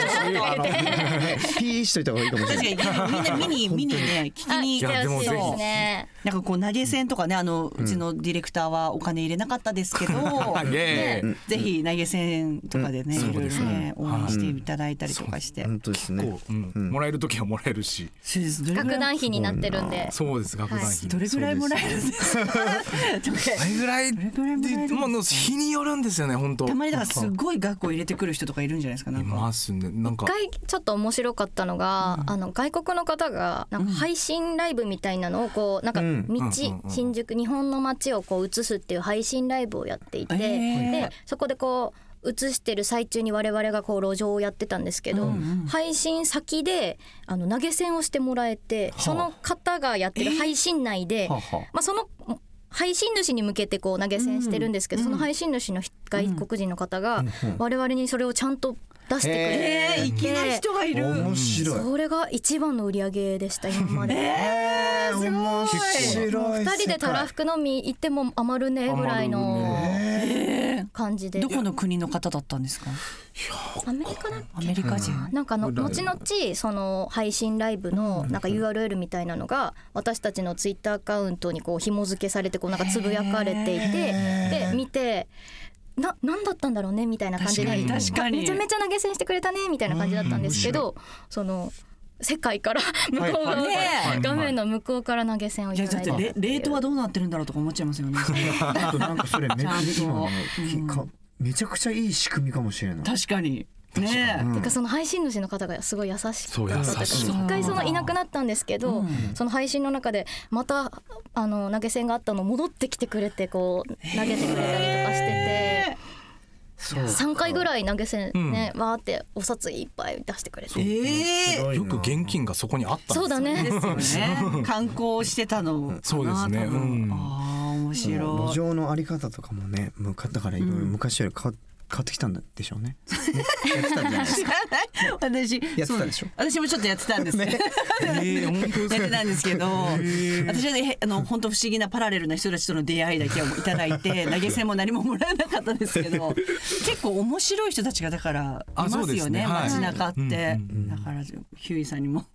ーしといた方がいいかもしれない。
確かにみんな見に見にね聞きに
行ってほしいですね。
なんかこう投げ銭とかね、あのうちのディレクターはお金入れなかったですけど、ぜひ投げ銭とかでねいろいろね応援していただいたりとかして。
本当ですね。
もらえる時はもらえるし。
楽団費になってるんで。
そうです。楽団費。
どれぐらいもらえるんですか？ど
れぐらいでもう日によるんですよね本当。
たまにだからすごい額を入れてくる人とかいるんじゃないですか。なんか
いますね。なんか
一回ちょっと面白かったのが、あの外国の方がなんか配信ライブみたいなのをこうなんか道新宿日本の街をこう映すっていう配信ライブをやっていて、でそこでこう映してる最中に我々がこう路上をやってたんですけど、うんうん、配信先であの投げ銭をしてもらえて、はあ、その方がやってる配信内で、はあまあ、その配信主に向けてこう投げ銭してるんですけど、うん、その配信主の外国人の方が我々にそれをちゃんと出してくれて、
粋な人がいる。
面白い。
それが一番の売り上げでした今まで。
えー、面
白い。
ふたりでたらふく飲み行っても余るねぐらいの感じで。
どこの国の方だったんですか？
アメリカだっけ？
アメリカ人。
なんかの後々その配信ライブのなんか ユーアールエル みたいなのが私たちのツイッターアカウントにこう紐付けされてこうなんかつぶやかれていて、で見て。な何だったんだろうねみたいな感じで、
確かに
めちゃめちゃ投げ銭してくれたねみたいな感じだったんですけど、その世界から向こう側、はいはい、画面の向こうから投げ銭をいただいて、
レ, レートはどうなってるんだろうとか思っちゃいますよね。
なんかそれめ, めちゃくちゃいい仕組みかもしれない。
確かにねえ、
うん、てかその配信主の方がすごい優しかった
し、
一回そのいなくなったんですけど、うん、その配信の中でまたあの投げ銭があったの戻ってきてくれてこう投げてくれたりとかしてて、さんかいぐらい投げ銭ね、うん、わーってお札いっぱい出してくれて、
えー、よく現金がそこにあったんですよ。
そうだね
ですよね。観光してたのかな。
そうですね、うん、
あ面白い。
路上のあり方とかもね、だからいろいろ昔より変わって変わってきたんでしょうね。やってたんじゃないですか。
私
やってたでしょ。
私もちょっとやってたんですね。やってたんですけど、私はねあの本当不思議なパラレルな人たちとの出会いだけをいただいて、投げ銭も何ももらえなかったんですけど、結構面白い人たちがだからいますよね、街中って。だからヒューイさんにも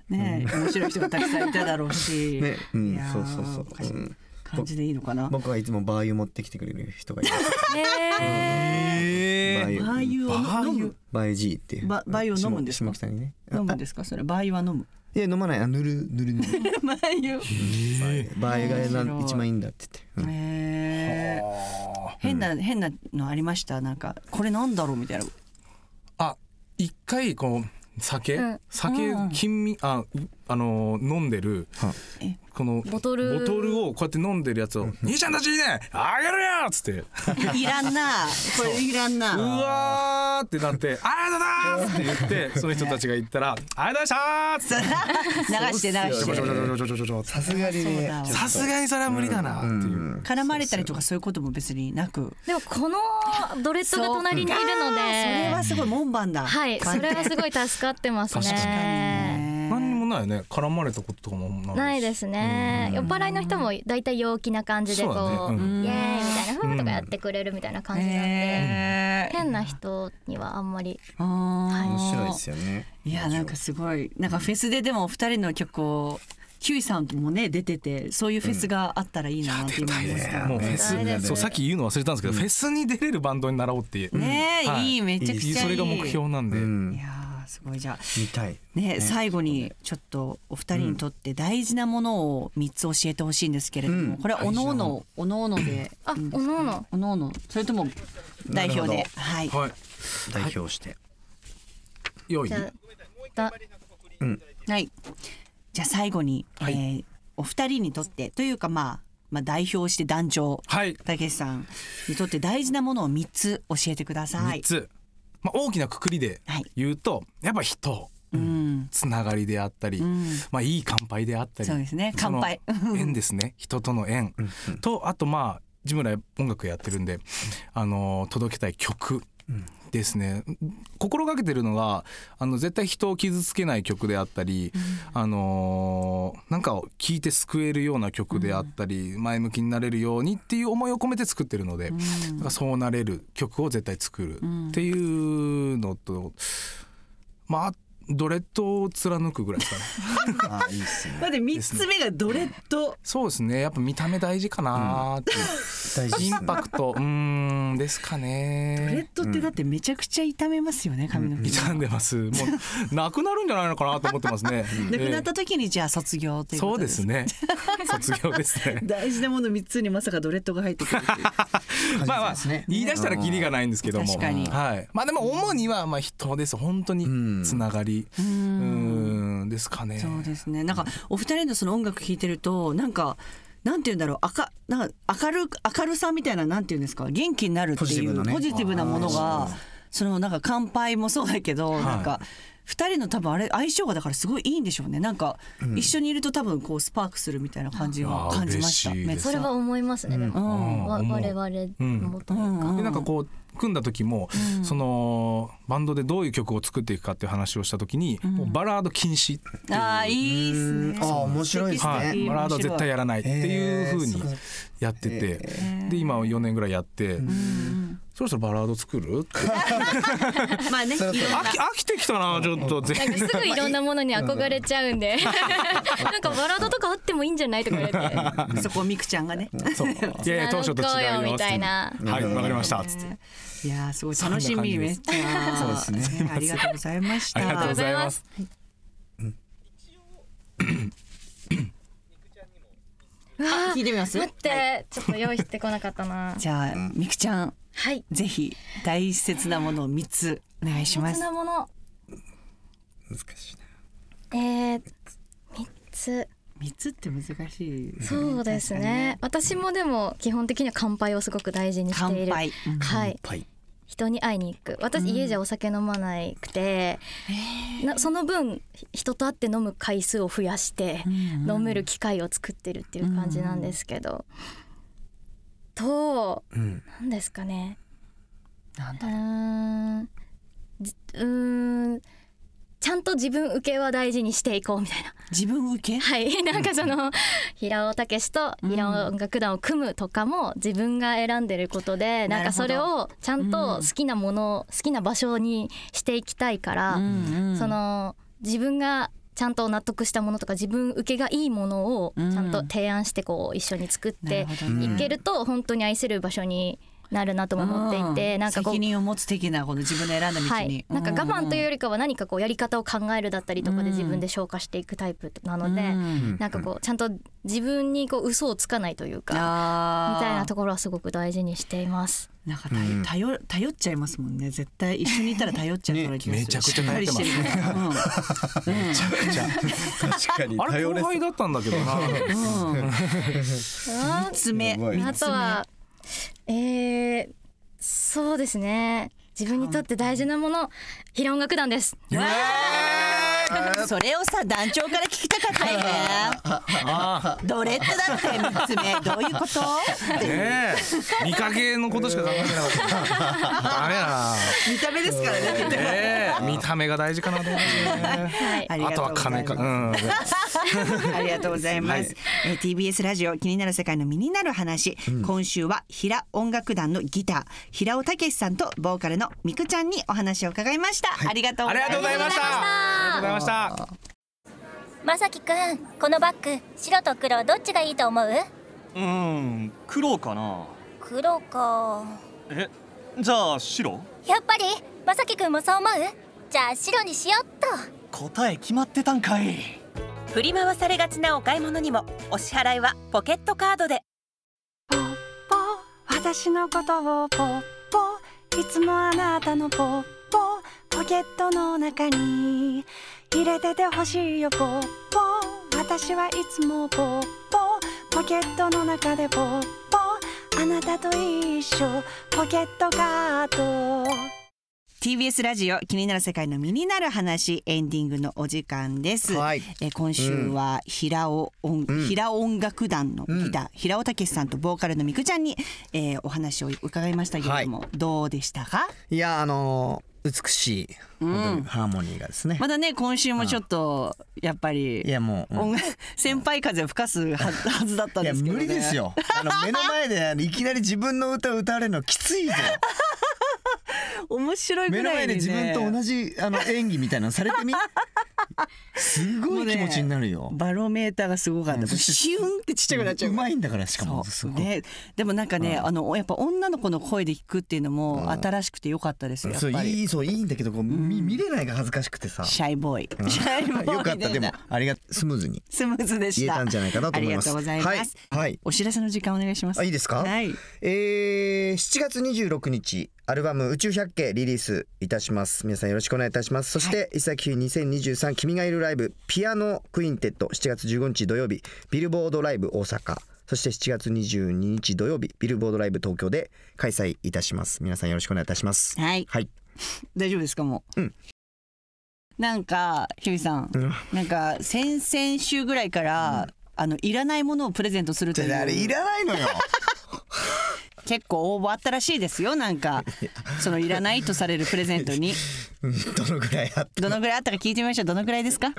ね面白い人がたくさんいただろうし、
ね、うん、
いや
そうそうそう、うん、
感じでいいのかな。
僕はいつもバー油持ってきてくれる人がいます。
えー、バー油を飲む。
バー油 G っていう
バー油を飲むんですか。
下にね、
飲むんですかそれ。バー油は飲む。
いや飲まない。あ塗る塗る塗る。
バー油。
バー油が一番いいんだって言って。
へえ。変な変なのありました。なんかこれなんだろうみたいな。
あ、一回こう酒、うん、酒金味ああの飲んでる、この
ボトル
ボトルをこうやって飲んでるやつを兄ちゃんたちにねあげるよっつって
いらんなこれいらんな
うわーってなってありがとうございますって言ってその人たちが言ったらありがとうございました
ーって流して流
してさすがにね
さすがにそれは無理だなっていう
絡まれたりとかそういうことも別になく
でもこのドレッドが隣にいるので
それはすごい門番だ
はいそれはすごい助かってますね
確かにね何にもないね絡まれたこととかもない
ないですね酔っ払いの人もだいたい陽気な感じでこう、ねうん、イエーイみたいなふうとかやってくれるみたいな感じなんで、えー、変な人にはあんまり
面白いですよね。
いやなんかすごいなんかフェスででもふたりの曲をキウイさんもね出ててそういうフェスがあったらいいなって思いますから、
うん、もうフェスそうさっき言うの忘れたんですけど、うん、フェスに出れるバンドになろうっていう、
ねえ、はい、いいめちゃくちゃいい
それが目標なんで、うん、
いやすごいじゃあ
見たい
ね、ね最後にちょっとお二人にとって大事なものをみっつ教えてほしいんですけれども、うん、これはおのおのおのおので
あおのおの
おのおのそれとも代表ではい、はい、
代表して
用意
だ、
うん、はいじゃあ最後に、はいえー、お二人にとってというかまあまあ、代表して団長たけしさんにとって大事なものをみっつ教えてください。
みっつまあ、大きな括りで言うと、はい、やっぱ人、うん、つながりであったり、うんまあ、いい乾杯であったり
そうですね乾杯
縁ですね人との縁とあとまあ自分ら音楽やってるんであの届けたい曲ですね、うん、心がけてるのがあの絶対人を傷つけない曲であったり、うん、あのー、なんかを聴いて救えるような曲であったり、うん、前向きになれるようにっていう思いを込めて作ってるので、うん、だからそうなれる曲を絶対作るっていうのと、うん、まあドレッドを貫くぐらいですかね
あいいっすね。までみっつめがドレッド。
そうですね。やっぱ見た目大事かなっていう、うん、インパクトうーんですかね。
ドレッドってだってめちゃくちゃ傷めますよね髪の毛。
傷んでます。もうなくなるんじゃないのかなと思ってますね。
なくなった時にじゃあ卒業ということです。
そうですね。卒業ですね。
大事なものみっつにまさかドレッドが入ってくるっていう。
まあまあ言い出したらキリがないんですけども。
確かに。
はい。まあでも主にはまあ人です。本当につながり。うんですかね。
そうですね。なんかお二人のその音楽聴いてるとなんかなんていうんだろう赤なんか明る明るさみたいななんていうんですか元気になるっていうポジティブなものがそのなんか乾杯もそうだけど、はい、なんか二人の多分あれ相性がだからすごいいいんでしょうね。なんか一緒にいると多分こうスパークするみたいな感じを感じました。
それは思いますね。でも、うん、我々もというか、
でなんかこう組んだ時も、うん、そのバンドでどういう曲を作っていくかっていう話をした時に、うん、もうバラード禁止っていう。
ああいいですね。
あ面白いですね、はい、
バラード絶対やらないっていう風にやってて、で今よねんぐらいやって、うん、そろそろバラード作るって
まあね飽
き、飽きてきたなちょっと
なんかすぐいろんなものに憧れちゃうんでなんかバラードとかあってもいいんじゃないとか言って
そこをミクちゃんがね
そういやいや当初と違うよ
みたいな
はいわかりましたつって、
いやすごい楽しみめっちゃ
そうですね
ありがとうございました。
ありがとうございます。
聞いてみます。
待ってちょっと用意してこなかったな。
じゃあみくちゃん、
はい、
ぜひ大切なものをみっつお願いします。
大切なもの
難しいな。
えー、みっつ
みっつって難しい、ね、
そうですね。私もでも基本的には乾杯をすごく大事にしている。
乾杯、うん、
はい。
乾杯
人に会いに行く。私、うん、家じゃお酒飲まなくて、なその分人と会って飲む回数を増やして、うんうん、飲める機会を作ってるっていう感じなんですけど、うん、と、うん、なんですかね。
なんだ
うーんうーんちゃんと自分受けは大事にしていこうみたいな。
自分受け？
はいなんかその平尾武と平尾音楽団を組むとかも自分が選んでることで、なんかそれをちゃんと好きなもの、うん、好きな場所にしていきたいから、うんうん、その自分がちゃんと納得したものとか自分受けがいいものをちゃんと提案してこう一緒に作っていけると本当に愛せる場所になるなとも思っていて、なんかこう
責任を持つ的なこの自分で選んだ道に、はい、
なんか我慢というよりかは何かこうやり方を考えるだったりとかで自分で消化していくタイプなので、なんかこうちゃんと自分にこう嘘をつかないというかみたいなところはすごく大事にしています。
なんか 頼, 頼, 頼っちゃいますもんね。絶対一緒にいたら頼っちゃうような気がする、ね、めちゃくちゃ頼ってますね、うん、めちゃくちゃ確かに
あれ後輩だったんだけどな、うん、みっ
つめ
あとはえー、そうですね、自分にとって大事なもの、平音楽団です。
それをさ団長から聞きたかったよね。ドレッドだってみっつめどういうこと？
ねえ、見かけのことしか考えてなかった。ダメだな。
見た目ですからね。
ねえ、見た目が大事かなと思いますね。はい、あとは金か。うん。
ありがとうございます。はい、えー、ティービーエス ラジオ気になる世界の身になる話、うん、今週は平音楽団のギター平尾武さんとボーカルのみくちゃんにお話を伺いました。はい、ありがとうございました。
ありがとうございました。ありがとうございました。
まさきくん、このバッグ白と黒どっちがいいと思う？
うーん、黒かな。
黒か。
え、じゃあ白？
やっぱりまさきくんもそう思う？じゃあ白にしよっと。
答え決まってたんかい。
振り回されがちなお買い物にもお支払いはポケットカードで。
ポッポ、私のことをポッポ、いつもあなたのポッポ、ポケットの中に入れててほしいよポッポ、私はいつもポッポ、ポケットの中でポッポ、あなたと一緒ポケットカード。
ティービーエス ラジオ気になる世界の身になる話、エンディングのお時間です。はい、え今週は平尾音、うん、平音楽団のギター、うん、平尾武さんとボーカルのみくちゃんに、えー、お話を伺いましたけれども、はい、どうでしたか？
いや、あのー、美しい本当にハーモニーがですね、
うん、まだね今週もちょっとやっぱり
いやもう、うん、
先輩風を吹かすはずだったんですけどね。
いや無理ですよ。あの目の前でいきなり自分の歌を歌われるのきついぞ。
面白いぐらいにね、
目の前で自分と同じあの演技みたいなのされてみすごい気持ちになるよ、
ね、バロメーターがすごかった、うん、シュンってちっちゃくなっちゃう。
うまいんだから。しかもすごい、ね、
でもなんかね、うん、あのやっぱ女の子の声で聞くっていうのも新しくてよかったですよ、
うん、やっぱり。そういい、そういいんだけどこう、うん、見, 見れないが恥ずかしくてさ。
シャイボーイ、うん、シャイボーイ
よかった。でもありがスムーズに
スムーズでした。
言えたんじゃないかなと思います。
ありがとうございます、はいはい、お知らせの時間お願いします。
あ、いいですか？はい、えー、しちがつにじゅうろくにちアルバム宇宙百景リリースいたします。皆さんよろしくお願いいたします。そして、はい、伊崎にせんにじゅうさん君がいるライブピアノクインテッドしちがつじゅうごにち土曜日ビルボードライブ大阪、そしてしちがつにじゅうににち土曜日ビルボードライブ東京で開催いたします。皆さんよろしくお願いいたします。
はい、
はい、
大丈夫ですか？もう、うん、なんかひゅういさん、うん、なんか先々週ぐらいから、うん、あのいらないものをプレゼントするという。
あれいらないのよ。
結構応募あったらしいですよ。なんかそのいらないとされるプレゼントに
どのぐらいあった
どのぐらいあったか聞いてみましょう。どのぐらいですか？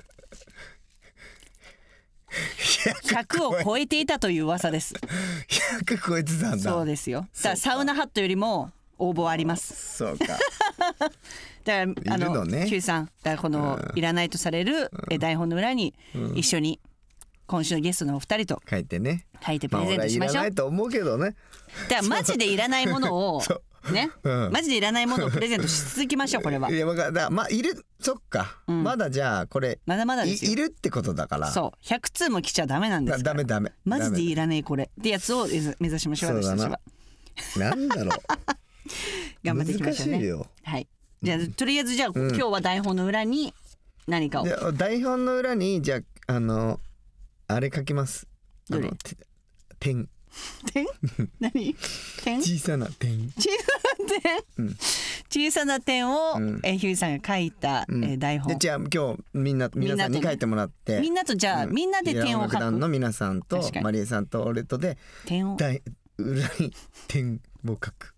ひゃくを超えていたという噂です。
ひゃく超えてたんだ。
そうですよ。だからサウナハットよりも応募あります。
そうか。
だからあのキュウさん、だからこのいらないとされる台本の裏に一緒に今週のゲストのお二人と
書いてね、
書いてプレゼントしましょう。
まあ、いらないと思うけどね。
だからマジでいらないものをね、うん、マジでいらないものをプレゼントし続きましょう。これは。
いや、だまあいる、そっか、うん、まだじゃあこれ
まだまだですよ。
い, いるってことだから。
そう、ひゃくつうも来ちゃダメなんですから。
ダメダメ。
マジでいらないこれってやつを目指しましょう。私たちは。
なんだろう。
頑張っていきましょうね。
難しいよ。
はい。じゃあとりあえずじゃあ、うん、今日は台本の裏に何かを。
台本の裏にじゃああのあれ書きます。
どれ？
点。
点？何？点？
小さな点。
小さな点。うん、小さな点を、うん、えひゅういさんが書いた、うん、え台本。
でじゃあ今日みんな皆さんに書いてもらって。
みんなとじゃあ、うん、みんなで点を書く。
団の皆さんとマリエさんと俺とで
点を
裏に点を書く。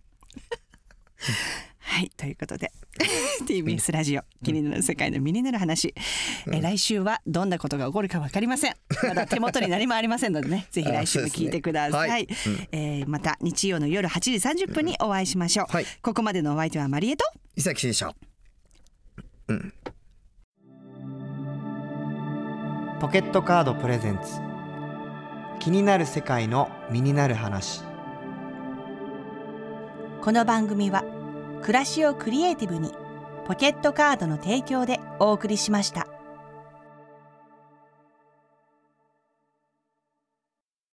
はい、ということでティービーエス ラジオ気になる世界の身になる話、うん、え来週はどんなことが起こるか分かりません。まだ手元に何もありませんのでねぜひ来週も聞いてください、ね、はい、うん、えー、また日曜の夜はちじさんじゅっぷんにお会いしましょう、うん、はい、ここまでのお相手はマリエと
伊崎でした。うんポケットカードプレゼンツ、気になる世界の身になる話。
この番組は暮らしをクリエイティブにポケットカードの提供でお送りしました。